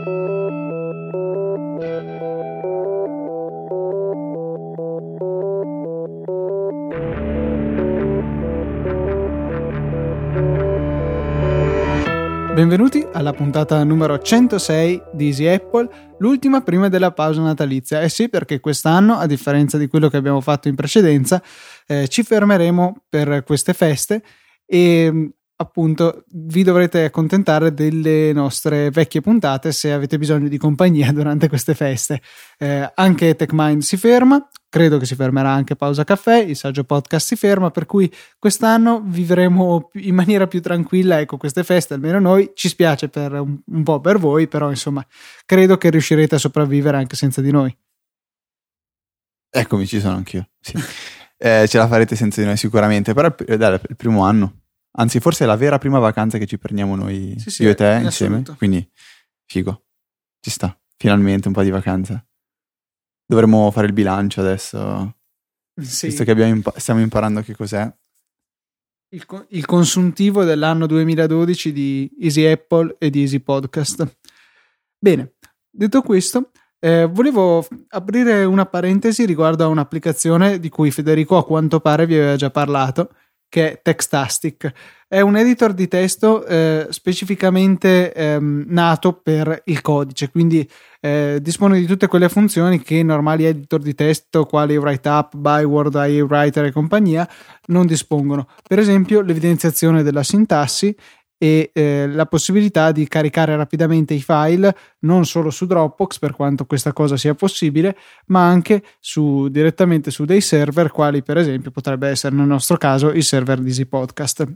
Benvenuti alla puntata numero 106 di Easy Apple, l'ultima prima della pausa natalizia. Sì, perché quest'anno, a differenza di quello che abbiamo fatto in precedenza, ci fermeremo per queste feste e appunto vi dovrete accontentare delle nostre vecchie puntate se avete bisogno di compagnia durante queste feste. Anche TechMind si ferma, credo che si fermerà anche Pausa Caffè, il saggio podcast si ferma, per cui quest'anno vivremo in maniera più tranquilla, ecco, queste feste, almeno noi. Ci spiace per un po' per voi, però insomma credo che riuscirete a sopravvivere anche senza di noi. Eccomi, ci sono anch'io, sì. Ce la farete senza di noi sicuramente, però è il primo anno, anzi forse è la vera prima vacanza che ci prendiamo noi, sì, io e te insieme, assoluto. Quindi figo, ci sta, finalmente un po' di vacanza. Dovremmo fare il bilancio adesso, sì. Visto che stiamo imparando che cos'è. Il consuntivo dell'anno 2012 di Easy Apple e di Easy Podcast. Bene, detto questo, volevo aprire una parentesi riguardo a un'applicazione di cui Federico a quanto pare vi aveva già parlato, che è Textastic. È un editor di testo specificamente nato per il codice, quindi dispone di tutte quelle funzioni che normali editor di testo quali WriteUp, Byword, iWriter e compagnia non dispongono. Per esempio l'evidenziazione della sintassi e la possibilità di caricare rapidamente i file non solo su Dropbox, per quanto questa cosa sia possibile, ma anche direttamente su dei server quali per esempio potrebbe essere nel nostro caso il server di Easy Podcast.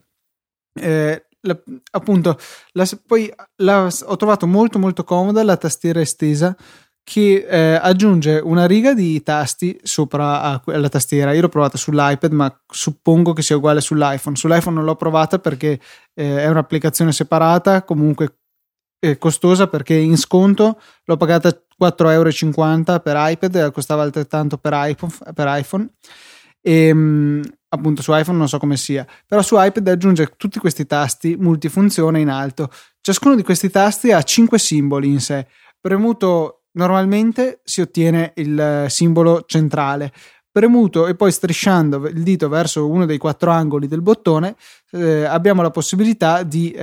Poi ho trovato molto molto comoda la tastiera estesa che aggiunge una riga di tasti sopra alla tastiera. Io l'ho provata sull'iPad, ma suppongo che sia uguale sull'iPhone. Sull'iPhone non l'ho provata perché è un'applicazione separata, comunque costosa, perché in sconto l'ho pagata 4,50 € per iPad, costava altrettanto per iPhone. E appunto su iPhone non so come sia, però su iPad aggiunge tutti questi tasti multifunzione in alto. Ciascuno di questi tasti ha 5 simboli in sé. Premuto normalmente si ottiene il simbolo centrale. Premuto e poi strisciando il dito verso uno dei 4 angoli del bottone abbiamo la possibilità di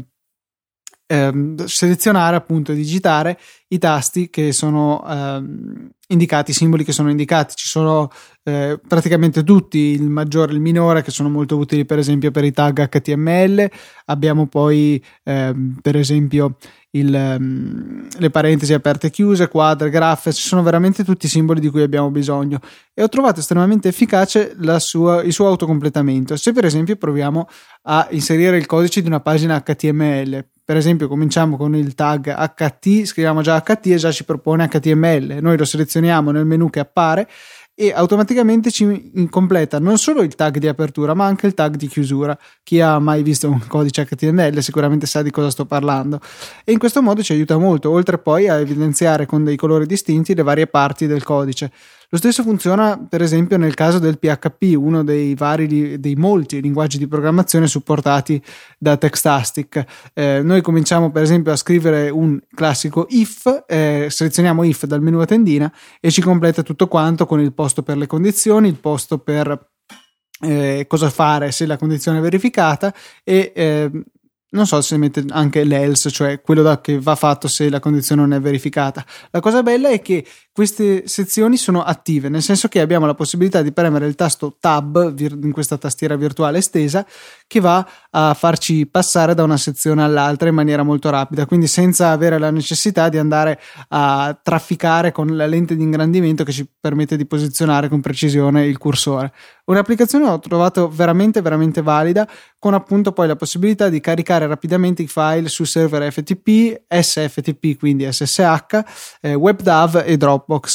selezionare, appunto, digitare i tasti che sono indicati, i simboli che sono indicati. Ci sono praticamente tutti, il maggiore e il minore, che sono molto utili per esempio per i tag HTML. Abbiamo poi per esempio le parentesi aperte e chiuse, quadre, graffe. Ci sono veramente tutti i simboli di cui abbiamo bisogno e ho trovato estremamente efficace il suo autocompletamento. Se per esempio proviamo a inserire il codice di una pagina HTML, per esempio cominciamo con il tag HT, scriviamo già HT e già ci propone HTML, noi lo selezioniamo nel menu che appare e automaticamente ci completa non solo il tag di apertura ma anche il tag di chiusura. Chi ha mai visto un codice HTML sicuramente sa di cosa sto parlando, e in questo modo ci aiuta molto, oltre poi a evidenziare con dei colori distinti le varie parti del codice. Lo stesso funziona per esempio nel caso del PHP, uno dei molti linguaggi di programmazione supportati da Textastic. Noi cominciamo per esempio a scrivere un classico if, selezioniamo if dal menu a tendina e ci completa tutto quanto con il posto per le condizioni, il posto per cosa fare se la condizione è verificata e non so se mette anche l'else, cioè quello che va fatto se la condizione non è verificata. La cosa bella è che queste sezioni sono attive, nel senso che abbiamo la possibilità di premere il tasto Tab in questa tastiera virtuale estesa, che va a farci passare da una sezione all'altra in maniera molto rapida, quindi senza avere la necessità di andare a trafficare con la lente di ingrandimento che ci permette di posizionare con precisione il cursore. Un'applicazione ho trovato veramente veramente valida, con appunto poi la possibilità di caricare rapidamente i file su server FTP, SFTP, quindi SSH, WebDAV e Dropbox.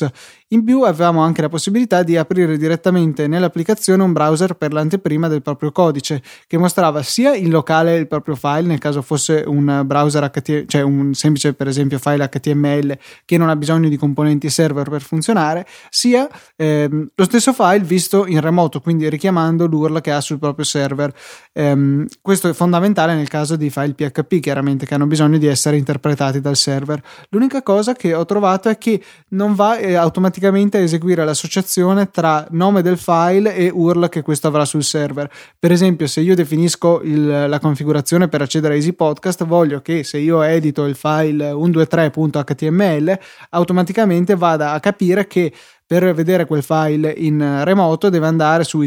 In più avevamo anche la possibilità di aprire direttamente nell'applicazione un browser per l'anteprima del proprio codice, che mostrava sia in locale il proprio file nel caso fosse un browser HTML, cioè un semplice per esempio file HTML che non ha bisogno di componenti server per funzionare, sia lo stesso file visto in remoto, quindi richiamando l'URL che ha sul proprio server. Questo è fondamentale nel caso di file PHP, chiaramente, che hanno bisogno di essere interpretati dal server. L'unica cosa che ho trovato è che non va automaticamente a eseguire l'associazione tra nome del file e URL che questo avrà sul server. Per esempio, se io definisco la configurazione per accedere a Easy Podcast, voglio che se io edito il file 123.html automaticamente vada a capire che per vedere quel file in remoto deve andare su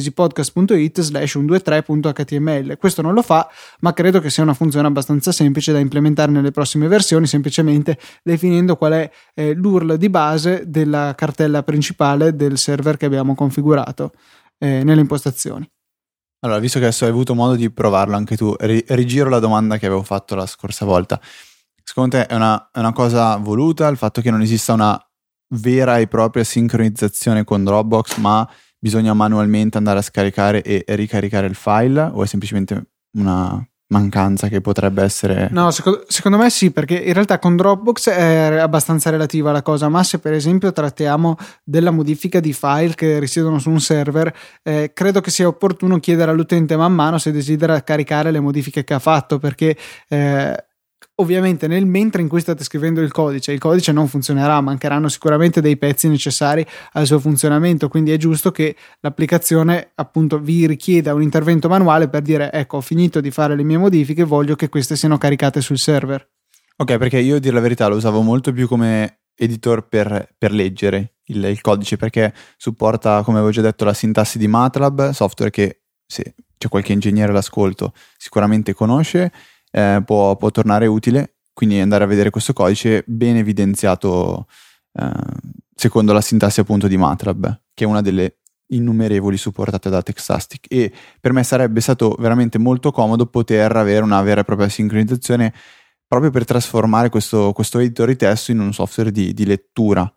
easypodcast.it/123.html. Questo non lo fa, ma credo che sia una funzione abbastanza semplice da implementare nelle prossime versioni, semplicemente definendo qual è l'URL di base della cartella principale del server che abbiamo configurato nelle impostazioni. Allora, visto che adesso hai avuto modo di provarlo anche tu, rigiro la domanda che avevo fatto la scorsa volta. Secondo te è una cosa voluta il fatto che non esista una vera e propria sincronizzazione con Dropbox, ma bisogna manualmente andare a scaricare e ricaricare il file, o è semplicemente una mancanza che potrebbe essere? No, secondo me sì, perché in realtà con Dropbox è abbastanza relativa la cosa, ma se per esempio trattiamo della modifica di file che risiedono su un server, credo che sia opportuno chiedere all'utente man mano se desidera caricare le modifiche che ha fatto, perché ovviamente mentre in cui state scrivendo il codice non funzionerà, mancheranno sicuramente dei pezzi necessari al suo funzionamento, quindi è giusto che l'applicazione appunto vi richieda un intervento manuale per dire ecco, ho finito di fare le mie modifiche, voglio che queste siano caricate sul server. Ok, perché io a dire la verità lo usavo molto più come editor per leggere il codice, perché supporta, come avevo già detto, la sintassi di MATLAB, software che se c'è qualche ingegnere all'ascolto sicuramente conosce. Può tornare utile, quindi andare a vedere questo codice ben evidenziato secondo la sintassi appunto di MATLAB, che è una delle innumerevoli supportate da Textastic, e per me sarebbe stato veramente molto comodo poter avere una vera e propria sincronizzazione proprio per trasformare questo editor di testo in un software di lettura.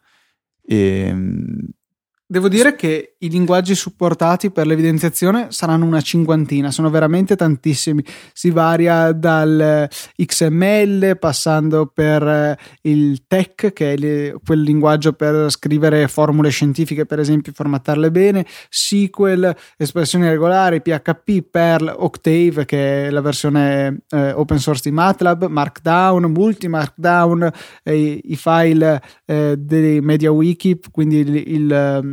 Devo dire che i linguaggi supportati per l'evidenziazione saranno una cinquantina, sono veramente tantissimi, si varia dal XML passando per il TeX, che è quel linguaggio per scrivere formule scientifiche, per esempio, formattarle bene, SQL, espressioni regolari, PHP, Perl, Octave, che è la versione open source di MATLAB, Markdown, Multi-Markdown, i file dei MediaWiki, quindi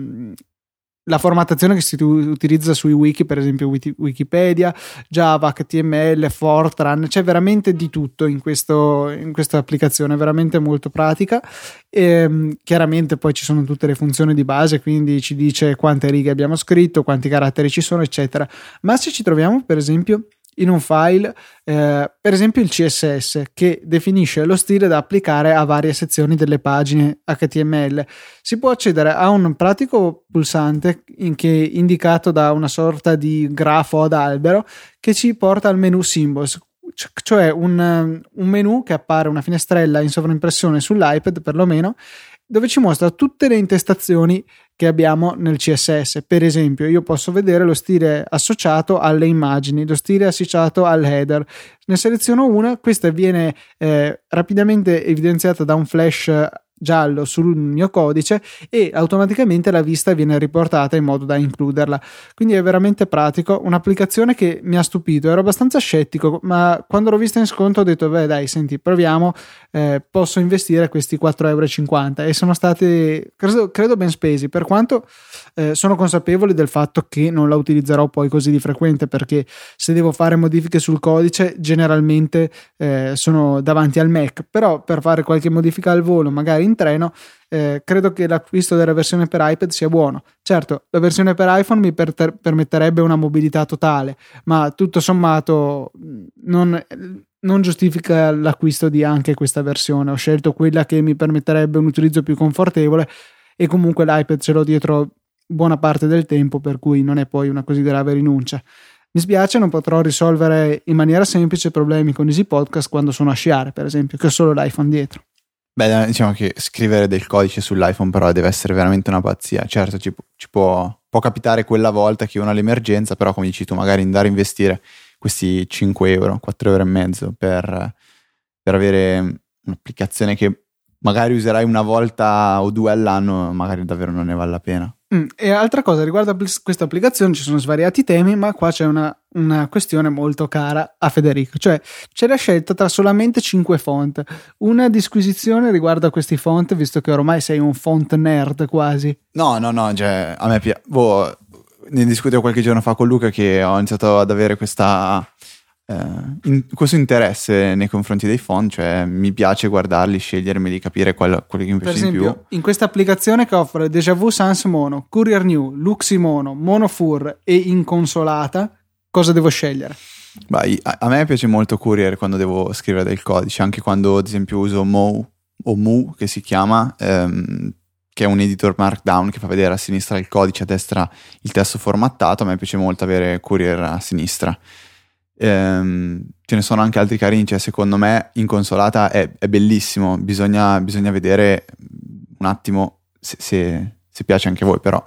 la formattazione che si utilizza sui wiki, per esempio Wikipedia, Java, HTML, Fortran, c'è veramente di tutto in questa applicazione, veramente molto pratica. Chiaramente poi ci sono tutte le funzioni di base, quindi ci dice quante righe abbiamo scritto, quanti caratteri ci sono, eccetera. Ma se ci troviamo per esempio in un file, per esempio il CSS, che definisce lo stile da applicare a varie sezioni delle pagine HTML, si può accedere a un pratico pulsante indicato da una sorta di grafo ad albero che ci porta al menu Symbols, cioè un menu che appare, una finestrella in sovraimpressione sull'iPad perlomeno, dove ci mostra tutte le intestazioni che abbiamo nel CSS. Per esempio, io posso vedere lo stile associato alle immagini, lo stile associato al header. Ne seleziono una, questa viene rapidamente evidenziata da un flash giallo sul mio codice e automaticamente la vista viene riportata in modo da includerla. Quindi è veramente pratico, un'applicazione che mi ha stupito. Ero abbastanza scettico, ma quando l'ho vista in sconto ho detto beh dai, senti, proviamo, posso investire questi 4,50 € e sono stati credo ben spesi, per quanto sono consapevole del fatto che non la utilizzerò poi così di frequente, perché se devo fare modifiche sul codice generalmente sono davanti al Mac, però per fare qualche modifica al volo, magari in treno, credo che l'acquisto della versione per iPad sia buono. Certo, la versione per iPhone mi permetterebbe una mobilità totale, ma tutto sommato non giustifica l'acquisto di anche questa versione. Ho scelto quella che mi permetterebbe un utilizzo più confortevole e comunque l'iPad ce l'ho dietro buona parte del tempo, per cui non è poi una così grave rinuncia. Mi spiace, non potrò risolvere in maniera semplice problemi con Easy Podcast quando sono a sciare, per esempio, che ho solo l'iPhone dietro. Beh, diciamo che scrivere del codice sull'iPhone però deve essere veramente una pazzia. Certo, ci può capitare quella volta che uno ha l'emergenza, però come dici tu, magari andare a investire questi 5 euro, 4,5 euro per avere un'applicazione che magari userai una volta o due all'anno, magari davvero non ne vale la pena. E altra cosa riguardo questa applicazione, ci sono svariati temi, ma qua c'è una questione molto cara a Federico, cioè c'è la scelta tra solamente 5 font. Una disquisizione riguardo a questi font, visto che ormai sei un font nerd quasi. No, cioè, a me piace. Ne discutevo qualche giorno fa con Luca che ho iniziato ad avere questo interesse nei confronti dei font, cioè mi piace guardarli, scegliermeli, capire quelli che mi piace di più. In questa applicazione che offre Deja Vu Sans Mono, Courier New, Luxi Mono, Mono Fur e Inconsolata, cosa devo scegliere? A me piace molto Courier quando devo scrivere del codice, anche quando ad esempio uso Mu che si chiama, che è un editor Markdown che fa vedere a sinistra il codice, a destra il testo formattato. A me piace molto avere Courier a sinistra. Ce ne sono anche altri carini, cioè secondo me Inconsolata è bellissimo, bisogna vedere un attimo se piace anche a voi, però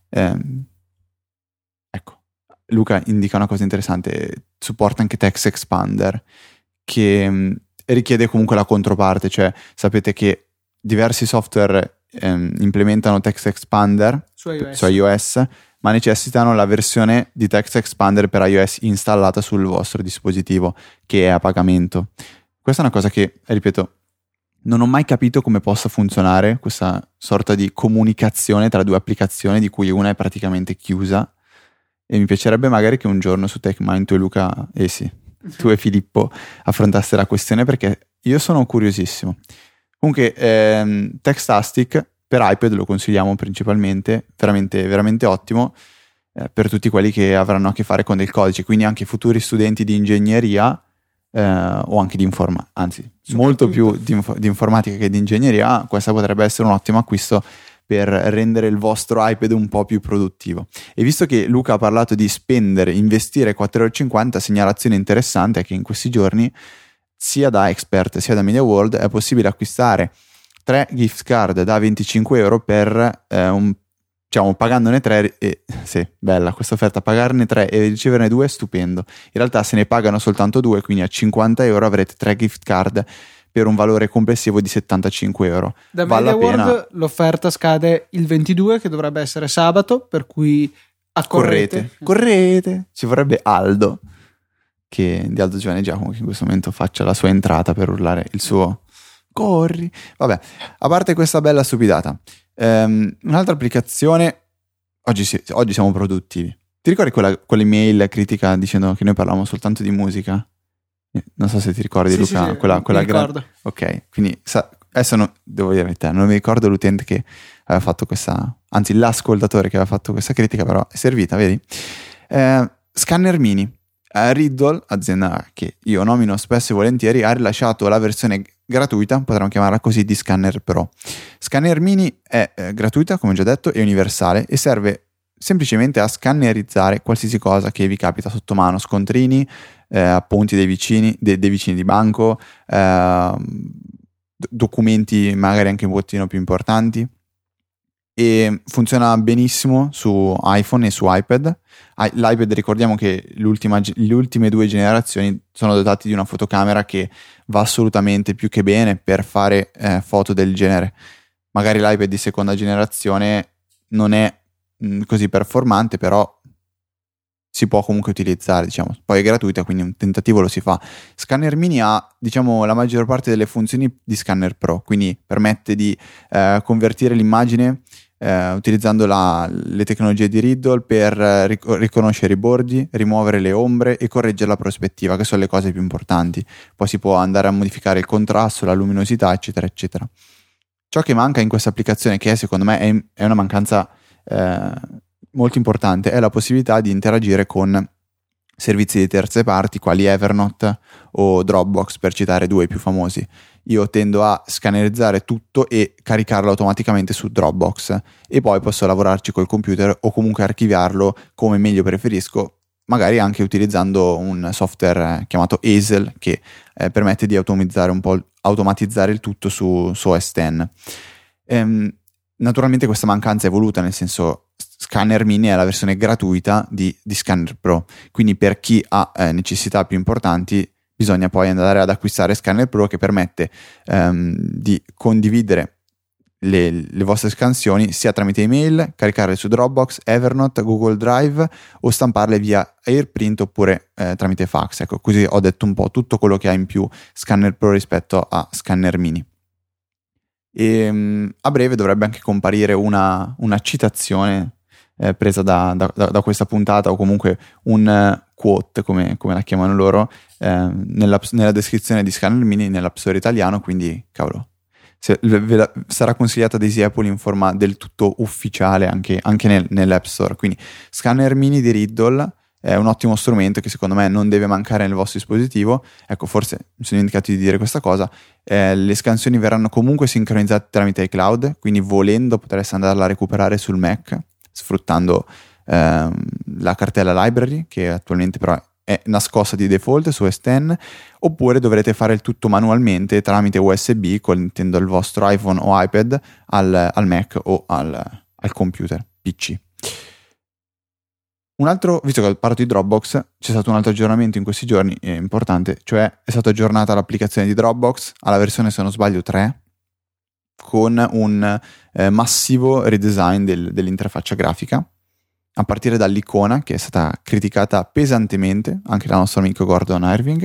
ecco, Luca indica una cosa interessante, supporta anche Text Expander, che richiede comunque la controparte, cioè sapete che diversi software implementano Text Expander su iOS, ma necessitano la versione di Text Expander per iOS installata sul vostro dispositivo, che è a pagamento. Questa è una cosa che, ripeto, non ho mai capito come possa funzionare, questa sorta di comunicazione tra due applicazioni di cui una è praticamente chiusa, e mi piacerebbe magari che un giorno su TechMind tu e Luca, tu e Filippo affrontaste la questione, perché io sono curiosissimo. Comunque Textastic per iPad lo consigliamo principalmente, veramente, veramente ottimo per tutti quelli che avranno a che fare con del codice, quindi anche futuri studenti di ingegneria o anche di molto più di informatica che di ingegneria. Questa potrebbe essere un ottimo acquisto per rendere il vostro iPad un po' più produttivo. E visto che Luca ha parlato di investire 4,50 euro, segnalazione interessante è che in questi giorni sia da Expert sia da Media World è possibile acquistare 3 gift card da 25 euro per pagandone 3 sì, bella questa offerta, pagarne 3 e riceverne 2 è stupendo. In realtà se ne pagano soltanto 2, quindi a 50 euro avrete 3 gift card per un valore complessivo di 75 euro. Da Media World l'offerta scade il 22, che dovrebbe essere sabato, per cui correte. Ci vorrebbe Aldo, che di Aldo Giovanni Giacomo, che in questo momento faccia la sua entrata per urlare il suo corri. Vabbè, a parte questa bella stupidata, un'altra applicazione, oggi siamo produttivi. Ti ricordi quell'email critica dicendo che noi parlavamo soltanto di musica? Non so se ti ricordi, Luca, sì, quella ricordo. Ok, quindi adesso devo dire te, non mi ricordo l'utente che aveva fatto questa, anzi l'ascoltatore che aveva fatto questa critica, però è servita, vedi? Scanner Mini. Riddle, azienda che io nomino spesso e volentieri, ha rilasciato la versione gratuita, potremmo chiamarla così, di Scanner Pro. Scanner Mini è gratuita, come già detto, è universale e serve semplicemente a scannerizzare qualsiasi cosa che vi capita sotto mano, scontrini, appunti dei vicini di banco, documenti magari anche un pochettino più importanti. E funziona benissimo su iPhone e su iPad. L'iPad, ricordiamo che le ultime 2 generazioni sono dotati di una fotocamera che va assolutamente più che bene per fare foto del genere. Magari l'iPad di seconda generazione non è così performante, però si può comunque utilizzare, diciamo. Poi è gratuita, quindi un tentativo lo si fa. Scanner Mini ha, diciamo, la maggior parte delle funzioni di Scanner Pro, quindi permette di convertire l'immagine utilizzando le tecnologie di Riddle per riconoscere i bordi, rimuovere le ombre e correggere la prospettiva, che sono le cose più importanti. Poi si può andare a modificare il contrasto, la luminosità, eccetera, eccetera. Ciò che manca in questa applicazione, che secondo me è una mancanza molto importante, è la possibilità di interagire con servizi di terze parti quali Evernote o Dropbox, per citare 2 più famosi. Io tendo a scannerizzare tutto e caricarlo automaticamente su Dropbox e poi posso lavorarci col computer o comunque archiviarlo come meglio preferisco, magari anche utilizzando un software chiamato Hazel che permette di automatizzare il tutto su OS X. Naturalmente questa mancanza è evoluta, nel senso Scanner Mini è la versione gratuita di Scanner Pro, quindi per chi ha necessità più importanti bisogna poi andare ad acquistare Scanner Pro, che permette di condividere le vostre scansioni sia tramite email, caricarle su Dropbox, Evernote, Google Drive o stamparle via AirPrint oppure tramite fax. Ecco, così ho detto un po' tutto quello che ha in più Scanner Pro rispetto a Scanner Mini. E a breve dovrebbe anche comparire una citazione presa da questa puntata, o comunque un quote come la chiamano loro, nella descrizione di Scanner Mini nell'App Store italiano, quindi cavolo, sarà consigliata da Easy Apple in forma del tutto ufficiale anche nell'App Store. Quindi Scanner Mini di Riddle è un ottimo strumento che secondo me non deve mancare nel vostro dispositivo. Ecco, forse mi sono dimenticato di dire questa cosa, le scansioni verranno comunque sincronizzate tramite iCloud, quindi volendo potreste andarla a recuperare sul Mac sfruttando la cartella library, che attualmente però è nascosta di default su OS X, oppure dovrete fare il tutto manualmente tramite USB connetendo il vostro iPhone o iPad al Mac o al computer PC. Un altro, visto che ho parlato di Dropbox, c'è stato un altro aggiornamento in questi giorni importante, cioè è stata aggiornata l'applicazione di Dropbox alla versione, se non sbaglio, 3, con un massivo redesign dell'interfaccia grafica, a partire dall'icona, che è stata criticata pesantemente anche dal nostro amico Gordon Irving.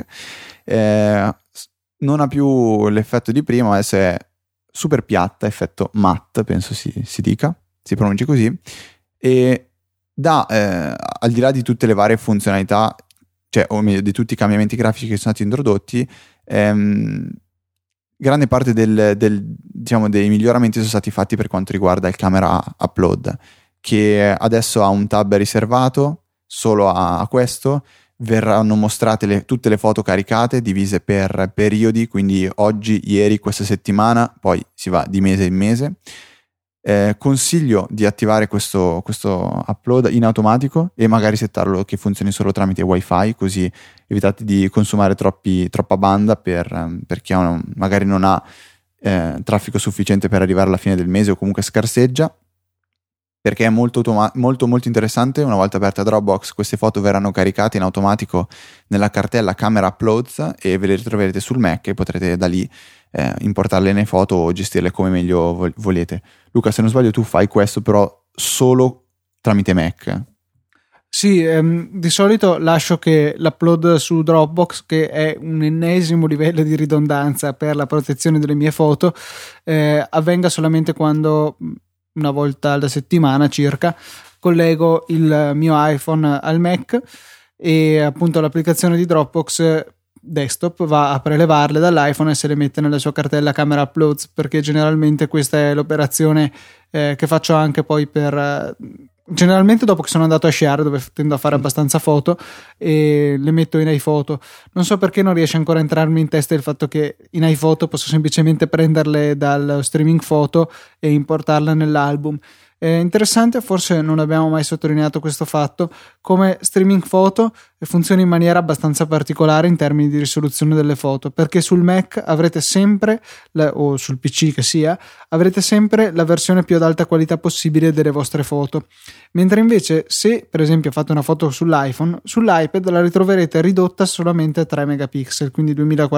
Non ha più l'effetto di prima, adesso è super piatta, effetto matte, penso si dica, si pronunci così, e al di là di tutte le varie funzionalità, cioè, o meglio, di tutti i cambiamenti grafici che sono stati introdotti, grande parte diciamo, dei miglioramenti sono stati fatti per quanto riguarda il camera upload, che adesso ha un tab riservato solo a questo. Verranno mostrate tutte le foto caricate, divise per periodi, quindi oggi, ieri, questa settimana, poi si va di mese in mese. Consiglio di attivare questo upload in automatico e magari settarlo che funzioni solo tramite wifi, così evitate di consumare troppa banda per chi magari non ha traffico sufficiente per arrivare alla fine del mese o comunque scarseggia, perché è molto molto interessante. Una volta aperta Dropbox, queste foto verranno caricate in automatico nella cartella Camera Uploads e ve le ritroverete sul Mac e potrete da lì importarle nei foto o gestirle come meglio volete. Luca, se non sbaglio tu fai questo però solo tramite Mac. Sì, di solito lascio che l'upload su Dropbox, che è un ennesimo livello di ridondanza per la protezione delle mie foto, avvenga solamente quando, una volta alla settimana circa, collego il mio iPhone al Mac e appunto l'applicazione di Dropbox desktop va a prelevarle dall'iPhone e se le mette nella sua cartella Camera Uploads, perché generalmente questa è l'operazione che faccio anche poi generalmente dopo che sono andato a sciare, dove tendo a fare abbastanza foto, e le metto in iPhoto. Non so perché non riesce ancora a entrarmi in testa il fatto che in iPhoto posso semplicemente prenderle dal streaming foto e importarle nell'album. È interessante, forse non abbiamo mai sottolineato questo fatto, come streaming foto funziona in maniera abbastanza particolare in termini di risoluzione delle foto, perché sul Mac avrete sempre, o sul PC che sia, avrete sempre la versione più ad alta qualità possibile delle vostre foto, mentre invece se per esempio fate una foto sull'iPhone, sull'iPad la ritroverete ridotta solamente a 3 megapixel, quindi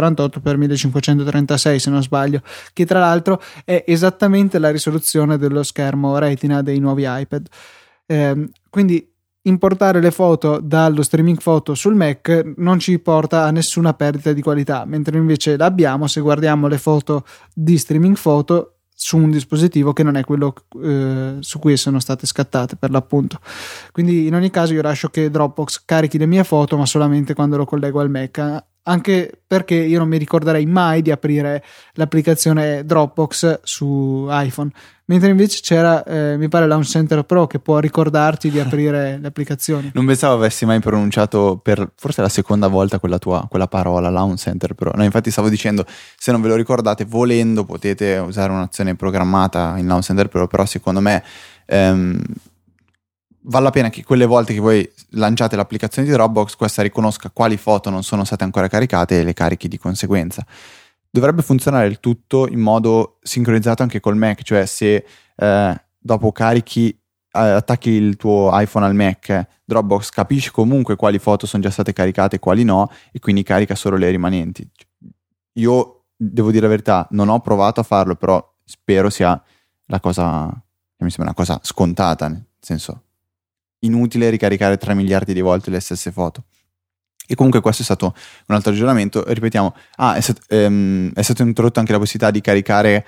2048x1536 se non sbaglio, che tra l'altro è esattamente la risoluzione dello schermo Retina dei nuovi iPad. Quindi importare le foto dallo streaming foto sul Mac non ci porta a nessuna perdita di qualità, mentre invece l'abbiamo se guardiamo le foto di streaming foto su un dispositivo che non è quello su cui sono state scattate per l'appunto. Quindi in ogni caso io lascio che Dropbox carichi le mie foto, ma solamente quando lo collego al Mac, anche perché io non mi ricorderei mai di aprire l'applicazione Dropbox su iPhone, mentre invece c'era mi pare Launch Center Pro che può ricordarti di aprire le applicazioni. Non pensavo avessi mai pronunciato per forse la seconda volta quella parola, Launch Center Pro. No, infatti stavo dicendo, se non ve lo ricordate, volendo potete usare un'azione programmata in Launch Center Pro, però secondo me vale la pena che quelle volte che voi lanciate l'applicazione di Dropbox, questa riconosca quali foto non sono state ancora caricate e le carichi di conseguenza. Dovrebbe funzionare il tutto in modo sincronizzato anche col Mac, cioè se dopo attacchi il tuo iPhone al Mac, Dropbox capisce comunque quali foto sono già state caricate e quali no, e quindi carica solo le rimanenti. Io devo dire la verità, non ho provato a farlo, però spero sia la cosa, mi sembra una cosa scontata, nel senso inutile ricaricare 3 miliardi di volte le stesse foto. E comunque questo è stato un altro aggiornamento. Ripetiamo, è stato introdotto anche la possibilità di caricare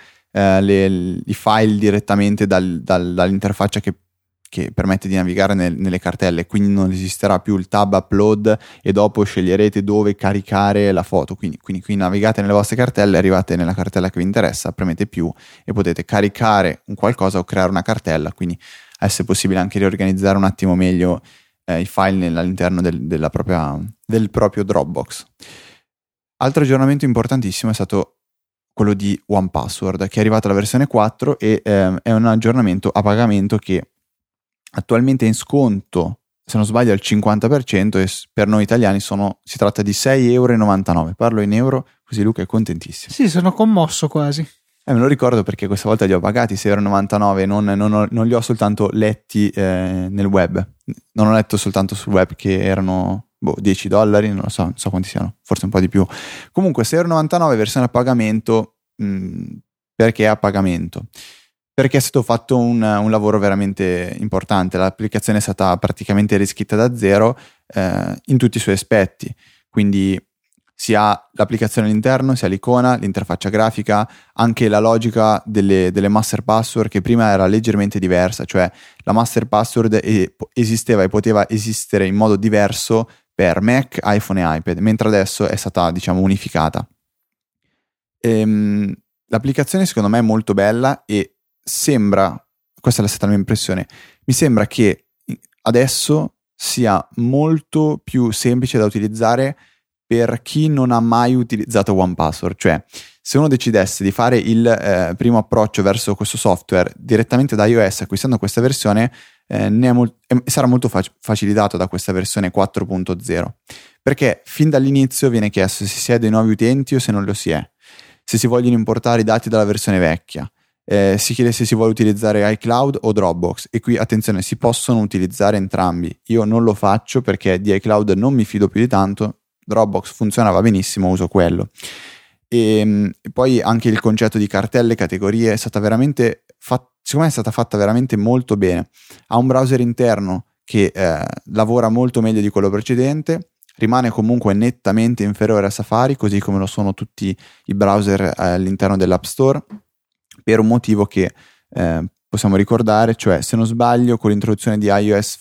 i file direttamente dall'interfaccia che permette di navigare nelle cartelle, quindi non esisterà più il tab upload e dopo sceglierete dove caricare la foto. Quindi qui navigate nelle vostre cartelle, arrivate nella cartella che vi interessa, premete più e potete caricare un qualcosa o creare una cartella, quindi essere possibile anche riorganizzare un attimo meglio i file all'interno del proprio Dropbox. Altro aggiornamento importantissimo è stato quello di OnePassword, che è arrivata la versione 4 e è un aggiornamento a pagamento che attualmente è in sconto, se non sbaglio, al 50%, e per noi italiani si tratta di 6,99 €. Parlo in euro, così Luca è contentissimo. Sì, sono commosso quasi. Me lo ricordo perché questa volta li ho pagati 6,99 €, non li ho soltanto letti nel web. Non ho letto soltanto sul web che erano $10, non so quanti siano, forse un po' di più. Comunque 6,99 € versione a pagamento. Perché a pagamento? Perché è stato fatto un lavoro veramente importante. L'applicazione è stata praticamente riscritta da zero in tutti i suoi aspetti, quindi sia l'applicazione all'interno, sia l'icona, l'interfaccia grafica, anche la logica delle master password, che prima era leggermente diversa, cioè la master password esisteva e poteva esistere in modo diverso per Mac, iPhone e iPad, mentre adesso è stata, diciamo, unificata. L'applicazione secondo me è molto bella e sembra, questa è stata la mia impressione, mi sembra che adesso sia molto più semplice da utilizzare per chi non ha mai utilizzato OnePassword. Cioè, se uno decidesse di fare il primo approccio verso questo software direttamente da iOS acquistando questa versione, sarà molto facilitato da questa versione 4.0, perché fin dall'inizio viene chiesto se si è dei nuovi utenti o se non lo si è, se si vogliono importare i dati dalla versione vecchia, si chiede se si vuole utilizzare iCloud o Dropbox, e qui attenzione, si possono utilizzare entrambi. Io non lo faccio perché di iCloud non mi fido più di tanto. Dropbox funzionava benissimo, uso quello. E poi anche il concetto di cartelle, categorie è stata veramente secondo me è stata fatta veramente molto bene. Ha un browser interno che lavora molto meglio di quello precedente, rimane comunque nettamente inferiore a Safari, così come lo sono tutti i browser all'interno dell'App Store, per un motivo che possiamo ricordare, cioè, se non sbaglio, con l'introduzione di iOS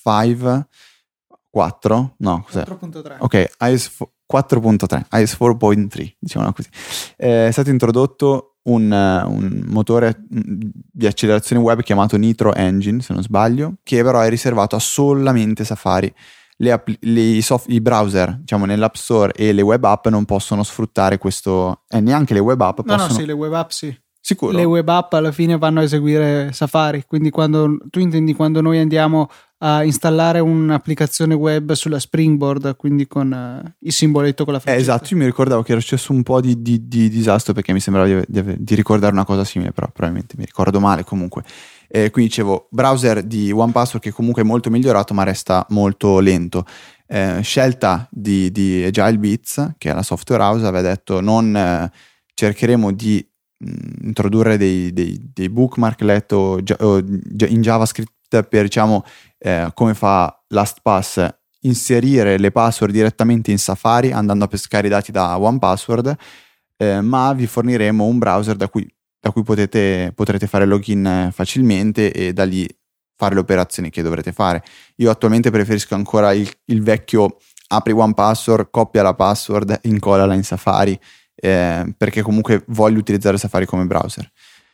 4, no, cos'è? 4.3. Ok, iOS 4.3, iOS 4.3, diciamo così. È stato introdotto un motore di accelerazione web chiamato Nitro Engine, se non sbaglio, che però è riservato a solamente Safari. I browser, diciamo, nell'App Store e le web app non possono sfruttare questo, neanche le web app possono. No, sì, le web app sì. Sicuro? Le web app alla fine vanno a eseguire Safari, quindi quando noi andiamo a installare un'applicazione web sulla Springboard, quindi con il simboletto con la freccetta. Esatto, io mi ricordavo che era successo un po' di disastro, perché mi sembrava di ricordare una cosa simile, però probabilmente mi ricordo male. Comunque qui dicevo, browser di OnePassword che comunque è molto migliorato ma resta molto lento. Scelta di Agile Beats, che è la software house, aveva detto non cercheremo di introdurre dei bookmark letto in JavaScript per, diciamo, come fa LastPass, inserire le password direttamente in Safari andando a pescare i dati da OnePassword, ma vi forniremo un browser da cui potrete fare login facilmente e da lì fare le operazioni che dovrete fare. Io attualmente preferisco ancora il vecchio: apri OnePassword, copia la password, incollala in Safari, perché comunque voglio utilizzare Safari come browser.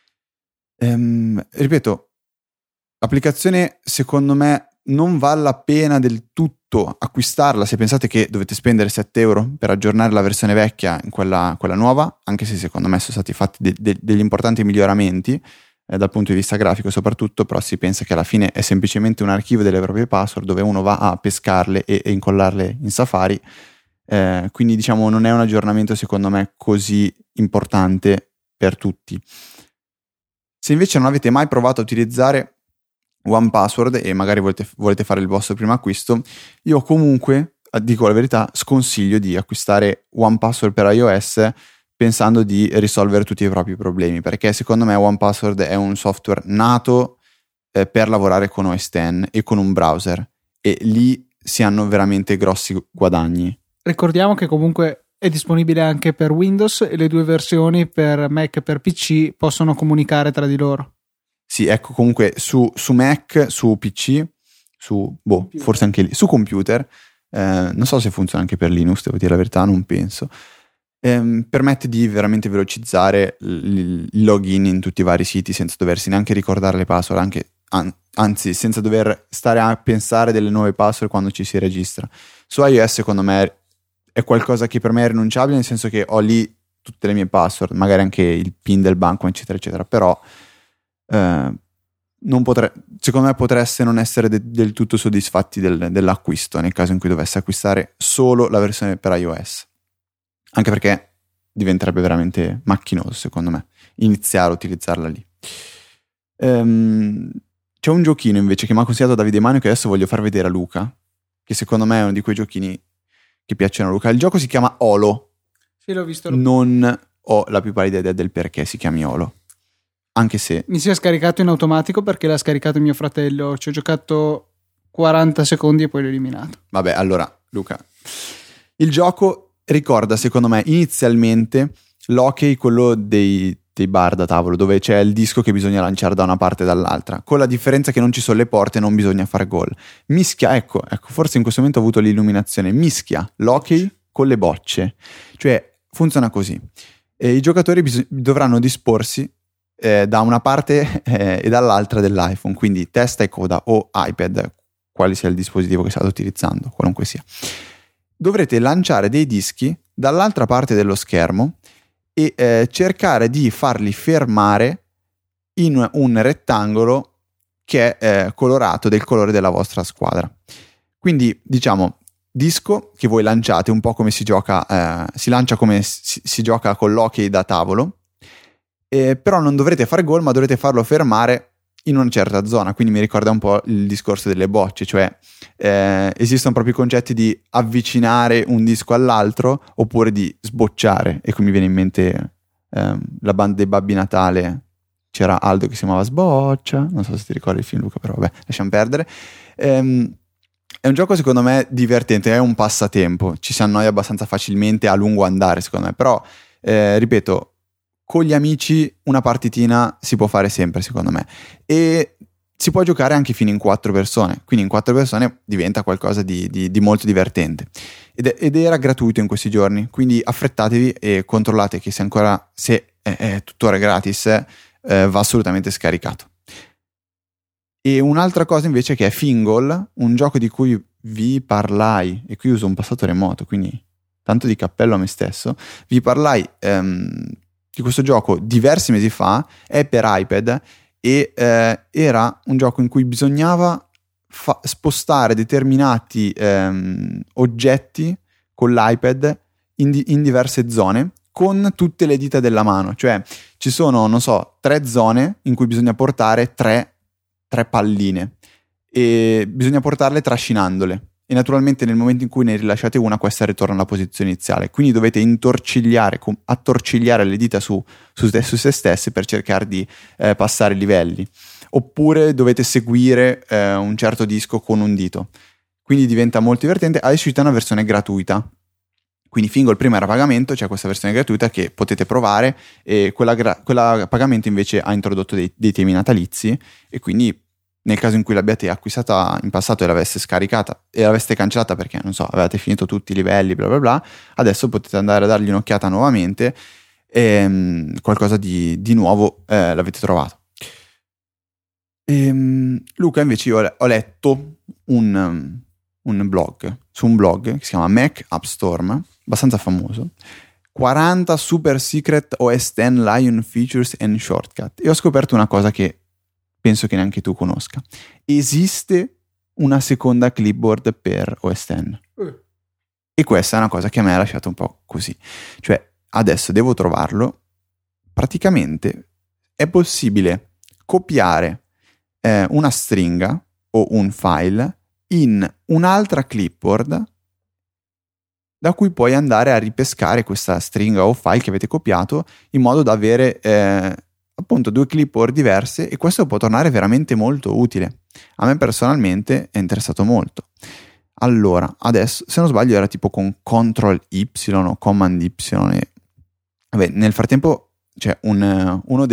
Ripeto, l'applicazione secondo me non vale la pena del tutto acquistarla se pensate che dovete spendere 7 euro per aggiornare la versione vecchia in quella nuova, anche se secondo me sono stati fatti degli importanti miglioramenti. dal punto di vista grafico soprattutto, però si pensa che alla fine è semplicemente un archivio delle proprie password dove uno va a pescarle e incollarle in Safari, quindi diciamo non è un aggiornamento secondo me così importante per tutti. Se invece non avete mai provato a utilizzare OnePassword e magari volete fare il vostro primo acquisto, io comunque, dico la verità, sconsiglio di acquistare OnePassword per iOS pensando di risolvere tutti i propri problemi, perché secondo me OnePassword è un software nato per lavorare con OS X e con un browser, e lì si hanno veramente grossi guadagni. Ricordiamo che comunque è disponibile anche per Windows e le due versioni per Mac e per PC possono comunicare tra di loro. Sì, ecco, comunque su Mac, su PC, forse anche lì, su computer, non so se funziona anche per Linux, devo dire la verità, non penso. Permette di veramente velocizzare il login in tutti i vari siti senza doversi neanche ricordare le password, anzi senza dover stare a pensare delle nuove password quando ci si registra. Su iOS secondo me è qualcosa che per me è rinunciabile, nel senso che ho lì tutte le mie password, magari anche il PIN del banco eccetera eccetera, però secondo me potreste non essere del tutto soddisfatti dell'acquisto nel caso in cui dovesse acquistare solo la versione per iOS, anche perché diventerebbe veramente macchinoso secondo me iniziare a utilizzarla lì. C'è un giochino invece che mi ha consigliato Davide Manio che adesso voglio far vedere a Luca, che secondo me è uno di quei giochini che piacciono a Luca. Il gioco si chiama Olo. Sì, l'ho visto. Non ho la più pallida idea del perché si chiami Olo, anche se mi si è scaricato in automatico perché l'ha scaricato mio fratello. Ci ho giocato 40 secondi e poi l'ho eliminato. Vabbè, allora Luca, il gioco ricorda secondo me inizialmente l'hockey, quello dei bar da tavolo, dove c'è il disco che bisogna lanciare da una parte e dall'altra, con la differenza che non ci sono le porte e non bisogna fare gol. Mischia, ecco, forse in questo momento ho avuto l'illuminazione, mischia l'hockey con le bocce, cioè funziona così. I giocatori dovranno disporsi da una parte e dall'altra dell'iPhone, quindi testa e coda o iPad, quale sia il dispositivo che state utilizzando, qualunque sia. Dovrete lanciare dei dischi dall'altra parte dello schermo e cercare di farli fermare in un rettangolo che è colorato del colore della vostra squadra. Quindi diciamo disco che voi lanciate un po' come si gioca, si lancia come si gioca con l'hockey da tavolo, però non dovrete fare gol ma dovrete farlo fermare in una certa zona, quindi mi ricorda un po' il discorso delle bocce, cioè esistono proprio i concetti di avvicinare un disco all'altro oppure di sbocciare, e qui mi viene in mente la banda dei Babbi Natale, c'era Aldo che si chiamava Sboccia, non so se ti ricordi il film Luca, però vabbè, lasciamo perdere. È un gioco secondo me divertente, è un passatempo, ci si annoia abbastanza facilmente a lungo andare secondo me, però ripeto, con gli amici una partitina si può fare sempre secondo me, e si può giocare anche fino in 4 persone, quindi in 4 persone diventa qualcosa di molto divertente, ed era gratuito in questi giorni, quindi affrettatevi e controllate che se è tuttora gratis va assolutamente scaricato. E un'altra cosa invece che è Fingal, un gioco di cui vi parlai, e qui uso un passato remoto, quindi tanto di cappello a me stesso, vi parlai di questo gioco diversi mesi fa, è per iPad e era un gioco in cui bisognava spostare determinati oggetti con l'iPad in diverse zone con tutte le dita della mano, cioè ci sono, non so, 3 zone in cui bisogna portare 3 palline e bisogna portarle trascinandole. E naturalmente nel momento in cui ne rilasciate una, questa ritorna alla posizione iniziale, quindi dovete attorcigliare le dita su se stesse per cercare di passare i livelli, oppure dovete seguire un certo disco con un dito, quindi diventa molto divertente. Adesso c'è una versione gratuita, quindi Fingal prima era pagamento, c'è questa versione gratuita che potete provare, e quella pagamento invece ha introdotto dei temi natalizi, e quindi nel caso in cui l'abbiate acquistata in passato e l'aveste scaricata e l'aveste cancellata perché, non so, avevate finito tutti i livelli, bla bla bla, adesso potete andare a dargli un'occhiata nuovamente e qualcosa di nuovo l'avete trovato. Luca, invece io ho letto su un blog che si chiama Mac App Storm, abbastanza famoso, 40 super secret OS X Lion features and shortcut, e ho scoperto una cosa che penso che neanche tu conosca. Esiste una seconda clipboard per OS X. E questa è una cosa che a me ha lasciato un po' così. Cioè, adesso devo trovarlo. Praticamente è possibile copiare una stringa o un file in un'altra clipboard da cui puoi andare a ripescare questa stringa o file che avete copiato, in modo da avere appunto 2 clipboard diverse, e questo può tornare veramente molto utile. A me personalmente è interessato molto. Allora, adesso, se non sbaglio, era tipo con Ctrl Y o Command Y. E, vabbè, nel frattempo c'è uno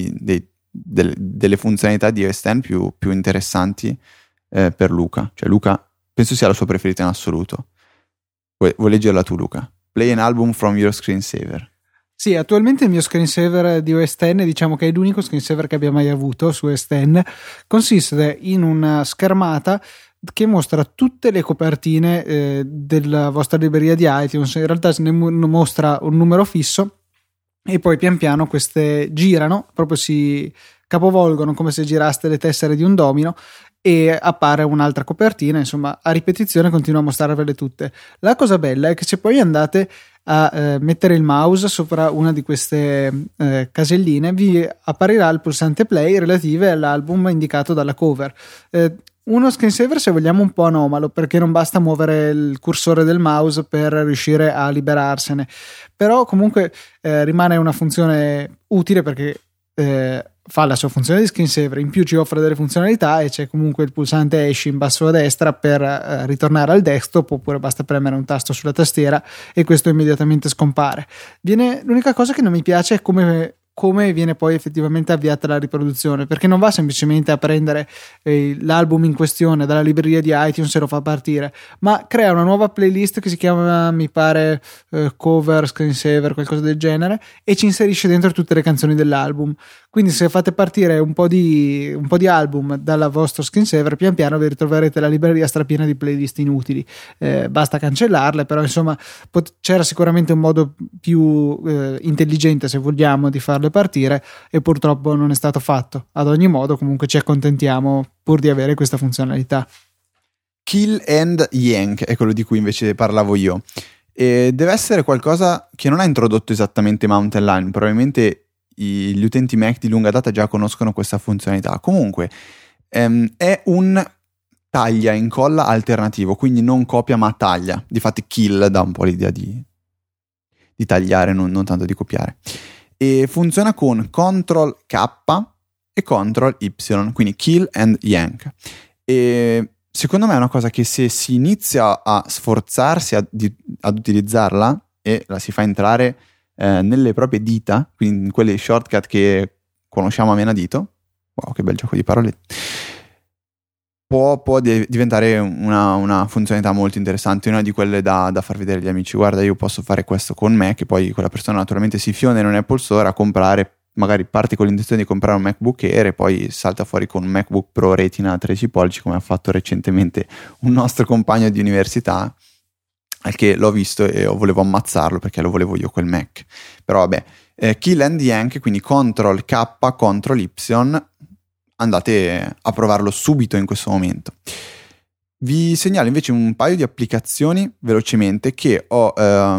delle funzionalità di OS X più interessanti per Luca. Cioè, Luca penso sia la sua preferita in assoluto. Vuoi leggerla tu, Luca? Play an album from your screensaver. Sì, attualmente il mio screensaver di OS X, diciamo che è l'unico screensaver che abbia mai avuto su OS X, consiste in una schermata che mostra tutte le copertine della vostra libreria di iTunes. In realtà ne mostra un numero fisso e poi pian piano queste girano, proprio si capovolgono come se giraste le tessere di un domino, e appare un'altra copertina. Insomma, a ripetizione continua a mostrarvele tutte. La cosa bella è che se poi andate a mettere il mouse sopra una di queste caselline, vi apparirà il pulsante play relative all'album indicato dalla cover. Uno screensaver, se vogliamo, un po' anomalo, perché non basta muovere il cursore del mouse per riuscire a liberarsene, però comunque rimane una funzione utile, perché fa la sua funzione di screensaver, in più ci offre delle funzionalità, e c'è comunque il pulsante esci in basso a destra per ritornare al desktop, oppure basta premere un tasto sulla tastiera e questo immediatamente scompare. L'unica cosa che non mi piace è come viene poi effettivamente avviata la riproduzione, perché non va semplicemente a prendere l'album in questione dalla libreria di iTunes e lo fa partire, ma crea una nuova playlist che si chiama, mi pare, cover screensaver, qualcosa del genere, e ci inserisce dentro tutte le canzoni dell'album. Quindi se fate partire un po' di album dalla vostro screensaver, pian piano vi ritroverete la libreria strapiena di playlist inutili. Basta cancellarle, però insomma c'era sicuramente un modo più intelligente, se vogliamo, di farle partire, e purtroppo non è stato fatto. Ad ogni modo, comunque ci accontentiamo pur di avere questa funzionalità. Kill and Yank è quello di cui invece parlavo io, e deve essere qualcosa che non ha introdotto esattamente Mountain Lion. Probabilmente gli utenti Mac di lunga data già conoscono questa funzionalità. Comunque è un taglia e incolla alternativo, quindi non copia ma taglia. Difatti kill dà un po' l'idea di tagliare, non tanto di copiare, e funziona con Ctrl K e Ctrl Y, quindi kill and yank. E secondo me è una cosa che, se si inizia a sforzarsi ad utilizzarla e la si fa entrare nelle proprie dita, quindi in quelle shortcut che conosciamo a menadito, wow, che bel gioco di parole, può diventare una funzionalità molto interessante, una di quelle da far vedere agli amici. Guarda, io posso fare questo con me, che poi quella persona naturalmente si fionda in un Apple Store a comprare, magari parte con l'intenzione di comprare un MacBook Air e poi salta fuori con un MacBook Pro Retina 13 pollici, come ha fatto recentemente un nostro compagno di università, al che l'ho visto e volevo ammazzarlo perché lo volevo io quel Mac. Però vabbè, kill and yank, quindi Ctrl K, Ctrl Y, andate a provarlo subito in questo momento. Vi segnalo invece un paio di applicazioni velocemente che ho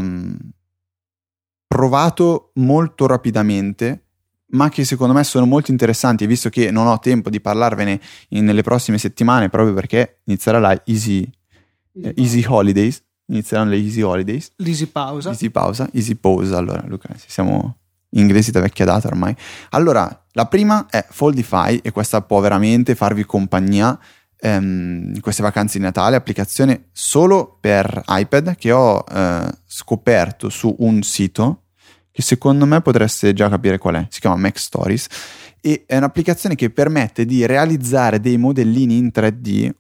provato molto rapidamente, ma che secondo me sono molto interessanti, e visto che non ho tempo di parlarvene nelle prossime settimane, proprio perché inizierà la Easy Holidays, inizieranno le Easy Holidays, l'Easy Pausa. Easy Pause. Allora Luca, siamo inglesi da vecchia data ormai. Allora, la prima è Foldify, e questa può veramente farvi compagnia in queste vacanze di Natale. Applicazione solo per iPad che ho scoperto su un sito che secondo me potreste già capire qual è. Si chiama Mac Stories, e è un'applicazione che permette di realizzare dei modellini in 3D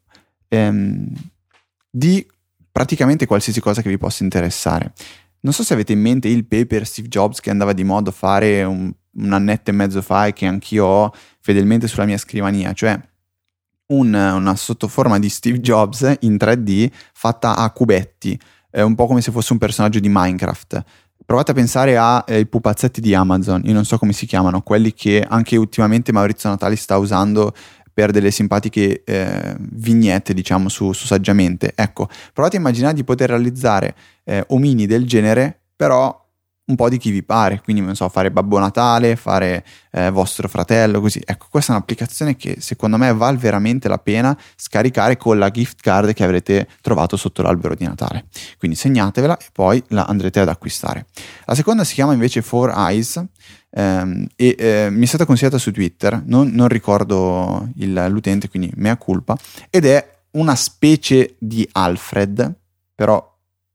di praticamente qualsiasi cosa che vi possa interessare. Non so se avete in mente il paper Steve Jobs, che andava di moda a fare un annetto e mezzo fa, e che anch'io ho fedelmente sulla mia scrivania, cioè una sottoforma di Steve Jobs in 3D fatta a cubetti, un po' come se fosse un personaggio di Minecraft. provate a pensare ai pupazzetti di Amazon, io non so come si chiamano, quelli che anche ultimamente Maurizio Natali sta usando per delle simpatiche vignette, diciamo, su Saggiamente. Ecco, provate a immaginare di poter realizzare omini del genere, però un po' di chi vi pare, quindi non so, fare Babbo Natale, fare vostro fratello, così. Ecco, questa è un'applicazione che secondo me vale veramente la pena scaricare con la gift card che avrete trovato sotto l'albero di Natale. Quindi segnatevela e poi la andrete ad acquistare. La seconda si chiama invece 4Eyes mi è stata consigliata su Twitter, non ricordo l'utente, quindi mea culpa, ed è una specie di Alfred, però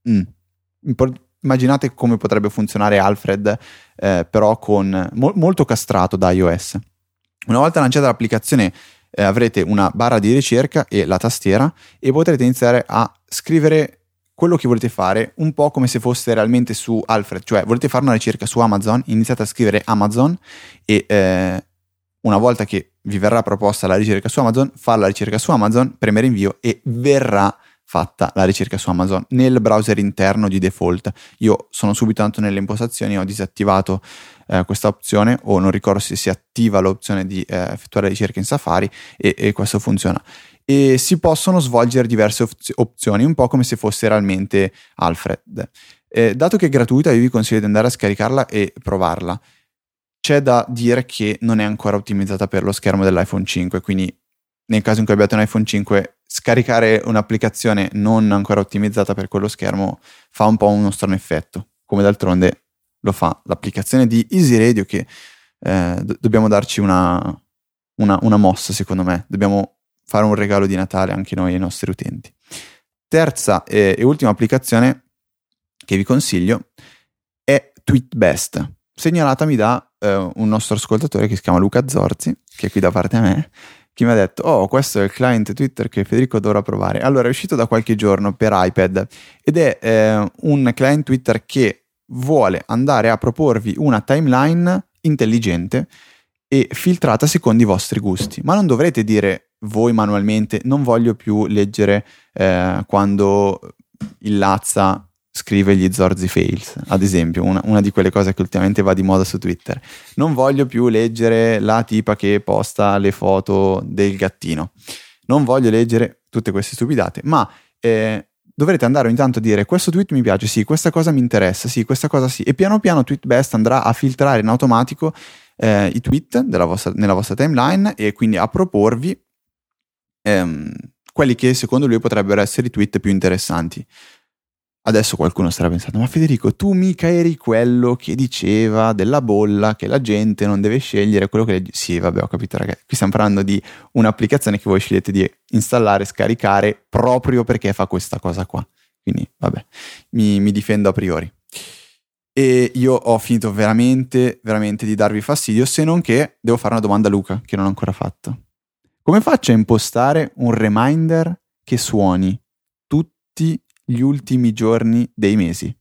immaginate come potrebbe funzionare Alfred, però con molto castrato da iOS. Una volta lanciata l'applicazione avrete una barra di ricerca e la tastiera e potrete iniziare a scrivere quello che volete fare, un po' come se fosse realmente su Alfred, cioè volete fare una ricerca su Amazon, iniziate a scrivere Amazon e una volta che vi verrà proposta la ricerca su Amazon, fare la ricerca su Amazon, premere invio e verrà fatta la ricerca su Amazon nel browser interno di default. Io sono subito andato nelle impostazioni, ho disattivato questa opzione, o non ricordo se si attiva l'opzione di effettuare ricerche in Safari e questo funziona. E si possono svolgere diverse opzioni, un po' come se fosse realmente Alfred. Dato che è gratuita, io vi consiglio di andare a scaricarla e provarla. C'è da dire che non è ancora ottimizzata per lo schermo dell'iPhone 5, quindi nel caso in cui abbiate un iPhone 5, scaricare un'applicazione non ancora ottimizzata per quello schermo fa un po' uno strano effetto, come d'altronde lo fa l'applicazione di Easy Radio, che dobbiamo darci una mossa, secondo me. Dobbiamo fare un regalo di Natale anche noi ai nostri utenti. Terza e ultima applicazione che vi consiglio è TweetBest, segnalatami da un nostro ascoltatore che si chiama Luca Zorzi, che è qui da parte a me, che mi ha detto: oh, questo è il client Twitter che Federico dovrà provare. Allora, è uscito da qualche giorno per iPad ed è un client Twitter che vuole andare a proporvi una timeline intelligente e filtrata secondo i vostri gusti, ma non dovrete dire voi manualmente: non voglio più leggere quando il Lazza scrive gli Zorzi fails, ad esempio, una di quelle cose che ultimamente va di moda su Twitter. Non voglio più leggere la tipa che posta le foto del gattino, non voglio leggere tutte queste stupidate, ma dovrete andare ogni tanto a dire: questo tweet mi piace, sì, questa cosa mi interessa, sì, questa cosa sì, e piano piano TweetBest andrà a filtrare in automatico i tweet nella vostra timeline e quindi a proporvi quelli che secondo lui potrebbero essere i tweet più interessanti. Adesso qualcuno starà pensando: ma Federico, tu mica eri quello che diceva della bolla che la gente non deve scegliere quello che legge. Sì, vabbè, ho capito, ragazzi. Qui stiamo parlando di un'applicazione che voi scegliete di installare, scaricare proprio perché fa questa cosa qua. Quindi, vabbè, mi difendo a priori. E io ho finito veramente, veramente di darvi fastidio, se non che devo fare una domanda a Luca che non ho ancora fatto. Come faccio a impostare un reminder che suoni tutti gli ultimi giorni dei mesi?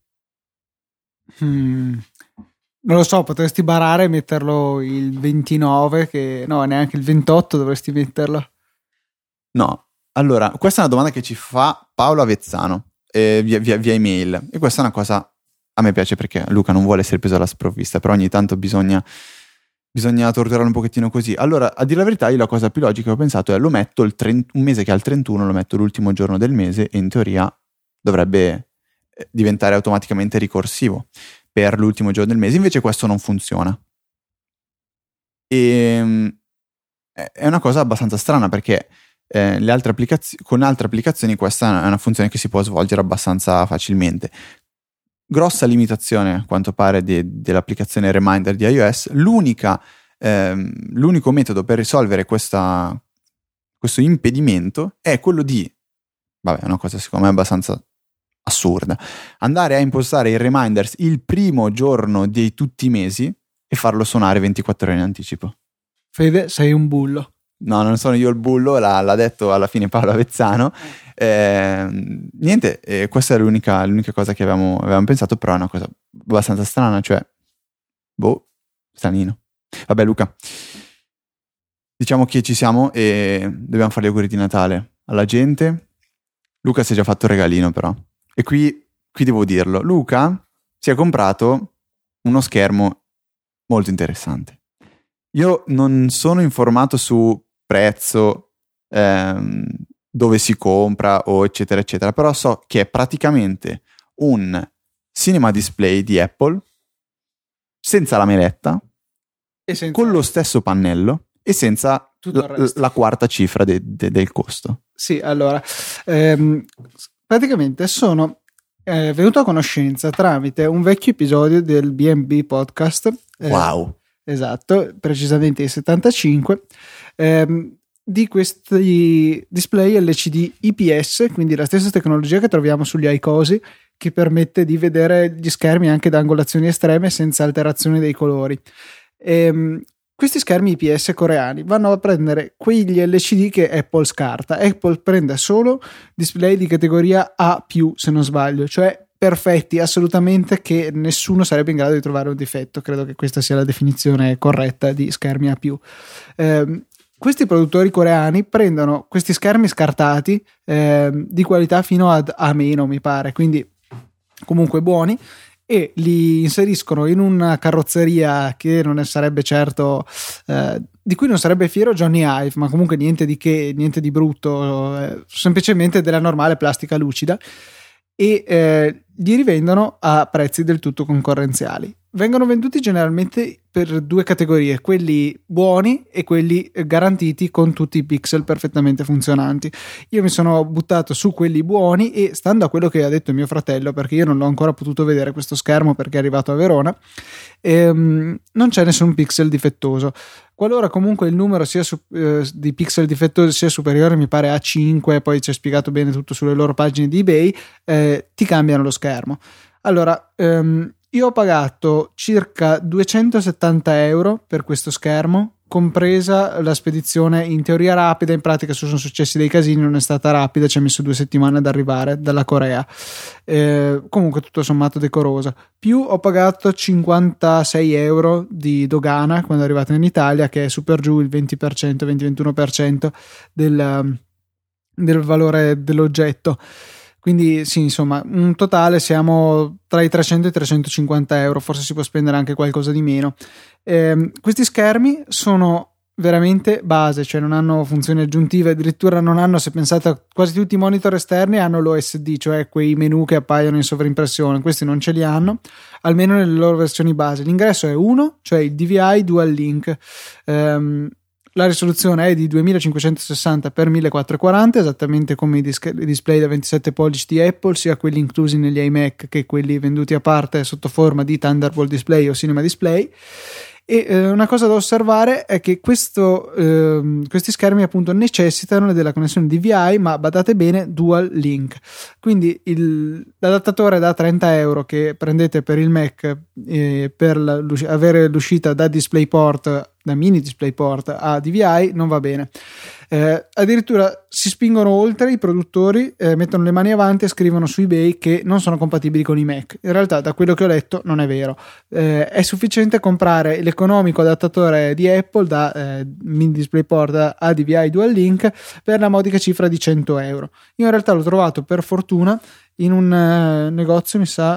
Non lo so, potresti barare e metterlo il 29, che no, neanche il 28 dovresti metterlo. No, allora, questa è una domanda che ci fa Paolo Avezzano via email, e questa è una cosa a me piace perché Luca non vuole essere preso alla sprovvista, però ogni tanto bisogna torturarlo un pochettino così. Allora, a dire la verità, io la cosa più logica che ho pensato è: lo metto un mese che è al 31, lo metto l'ultimo giorno del mese e in teoria dovrebbe diventare automaticamente ricorsivo per l'ultimo giorno del mese. Invece questo non funziona. E è una cosa abbastanza strana perché con altre applicazioni questa è una funzione che si può svolgere abbastanza facilmente. Grossa limitazione, a quanto pare, dell'applicazione Reminder di iOS. L'unico metodo per risolvere questo impedimento è quello di, vabbè, è una cosa secondo me abbastanza assurda, andare a impostare i reminders il primo giorno di tutti i mesi e farlo suonare 24 ore in anticipo. Fede, sei un bullo. No, non sono io il bullo, l'ha detto alla fine Paolo Avezzano. Niente, questa è l'unica cosa che avevamo pensato, però è una cosa abbastanza strana, cioè stranino. Vabbè, Luca, diciamo che ci siamo e dobbiamo fare gli auguri di Natale alla gente. Luca si è già fatto il regalino, però, e qui devo dirlo: Luca si è comprato uno schermo molto interessante. Io non sono informato su prezzo, dove si compra o eccetera eccetera, però so che è praticamente un cinema display di Apple senza la meletta e senza... con lo stesso pannello e senza la quarta cifra del costo. Sì, allora praticamente sono venuto a conoscenza tramite un vecchio episodio del B&B podcast. Wow, esatto, precisamente il 75, di questi display LCD IPS, quindi la stessa tecnologia che troviamo sugli iCosi, che permette di vedere gli schermi anche da angolazioni estreme senza alterazione dei colori. Questi schermi IPS coreani vanno a prendere quegli LCD che Apple scarta. Apple prende solo display di categoria A+, se non sbaglio, cioè perfetti assolutamente, che nessuno sarebbe in grado di trovare un difetto. Credo che questa sia la definizione corretta di schermi A+. Questi produttori coreani prendono questi schermi scartati di qualità fino ad A-, mi pare, quindi comunque buoni, e li inseriscono in una carrozzeria che non sarebbe certo di cui non sarebbe fiero Johnny Ive, ma comunque niente di che, niente di brutto, semplicemente della normale plastica lucida, e li rivendono a prezzi del tutto concorrenziali. Vengono venduti generalmente per due categorie, quelli buoni e quelli garantiti con tutti i pixel perfettamente funzionanti. Io mi sono buttato su quelli buoni e, stando a quello che ha detto mio fratello, perché io non l'ho ancora potuto vedere questo schermo perché è arrivato a Verona, non c'è nessun pixel difettoso. Qualora comunque il numero sia di pixel difettosi sia superiore, mi pare a 5, poi c'è spiegato bene tutto sulle loro pagine di eBay, ti cambiano lo schermo. Allora, io ho pagato circa 270 euro per questo schermo, compresa la spedizione in teoria rapida. In pratica sono successi dei casini, non è stata rapida, ci ha messo 2 settimane ad arrivare dalla Corea, comunque tutto sommato decorosa. Più ho pagato 56 euro di dogana quando è arrivato in Italia, che è super giù il 20%, 20-21% del valore dell'oggetto. Quindi sì, insomma, in totale siamo tra i 300 e i 350 euro, forse si può spendere anche qualcosa di meno. Questi schermi sono veramente base, cioè non hanno funzioni aggiuntive, addirittura non hanno, se pensate, quasi tutti i monitor esterni hanno l'OSD, cioè quei menu che appaiono in sovraimpressione. Questi non ce li hanno, almeno nelle loro versioni base. L'ingresso è uno, cioè il DVI Dual Link. La risoluzione è di 2560x1440, esattamente come i display da 27 pollici di Apple, sia quelli inclusi negli iMac che quelli venduti a parte sotto forma di Thunderbolt Display o Cinema Display. E una cosa da osservare è che questi schermi appunto necessitano della connessione DVI, ma badate bene, Dual Link. Quindi l'adattatore da 30 euro che prendete per il Mac per avere l'uscita da DisplayPort, da mini DisplayPort a DVI, non va bene. Addirittura si spingono oltre i produttori, mettono le mani avanti e scrivono su eBay che non sono compatibili con i Mac. In realtà, da quello che ho letto, non è vero. È sufficiente comprare l'economico adattatore di Apple da mini DisplayPort a DVI Dual Link per la modica cifra di 100 euro. Io in realtà l'ho trovato per fortuna in un negozio, mi sa,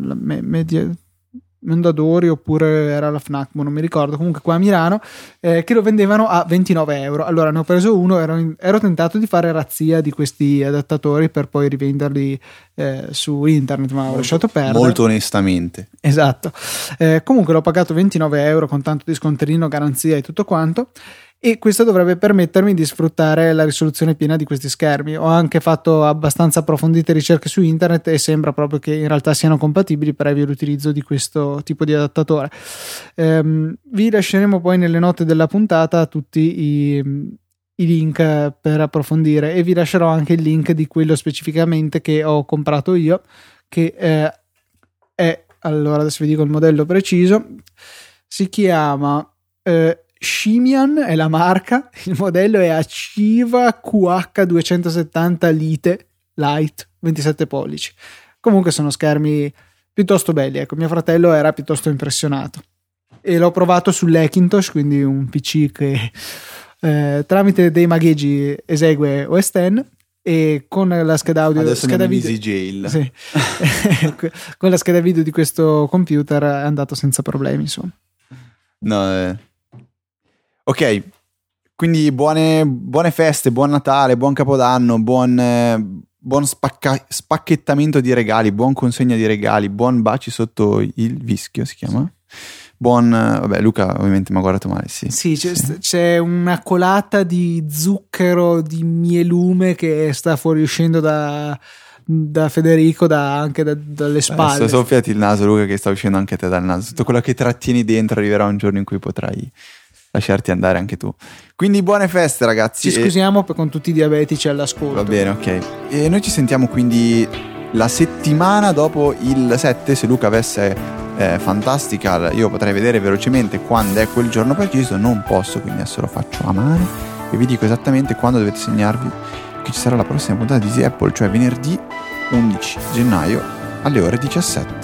Mondadori, oppure era la Fnac, non mi ricordo, comunque qua a Milano, che lo vendevano a 29 euro. Allora ne ho preso uno, ero tentato di fare razzia di questi adattatori per poi rivenderli su internet, ma ho lasciato perdere. Molto onestamente. Esatto. Comunque l'ho pagato 29 euro con tanto di scontrino, garanzia e tutto quanto, e questo dovrebbe permettermi di sfruttare la risoluzione piena di questi schermi. Ho anche fatto abbastanza approfondite ricerche su internet e sembra proprio che in realtà siano compatibili previo l'utilizzo di questo tipo di adattatore. Vi lasceremo poi nelle note della puntata tutti i link per approfondire, e vi lascerò anche il link di quello specificamente che ho comprato io, che è, allora adesso vi dico il modello preciso, si chiama Shimian è la marca, il modello è Achieva QH270 Lite 27 pollici. Comunque sono schermi piuttosto belli, ecco. Mio fratello era piuttosto impressionato e l'ho provato sull'Hackintosh, quindi un PC che tramite dei magheggi esegue OS X, e con la scheda audio, adesso scheda video, Easy Jail. Sì. Con la scheda video di questo computer è andato senza problemi, insomma. No, ok, quindi buone feste, buon Natale, buon Capodanno, buon spacchettamento di regali, buon consegna di regali, buon baci sotto il vischio, si chiama? Vabbè, Luca ovviamente mi ha guardato male, sì. Sì, c'è una colata di zucchero, di mielume che sta fuoriuscendo da Federico, anche dalle spalle. Adesso soffiati il naso, Luca, che sta uscendo anche te dal naso. Tutto quello che trattieni dentro arriverà un giorno in cui potrai lasciarti andare anche tu. Quindi buone feste, ragazzi. Ci scusiamo con tutti i diabetici all'ascolto. Va bene, ok. E noi ci sentiamo quindi la settimana dopo il 7. Se Luca avesse Fantastical, io potrei vedere velocemente quando è quel giorno preciso. Non posso, quindi adesso lo faccio a mano e vi dico esattamente quando dovete segnarvi che ci sarà la prossima puntata di Easy Apple, cioè venerdì 11 gennaio alle ore 17.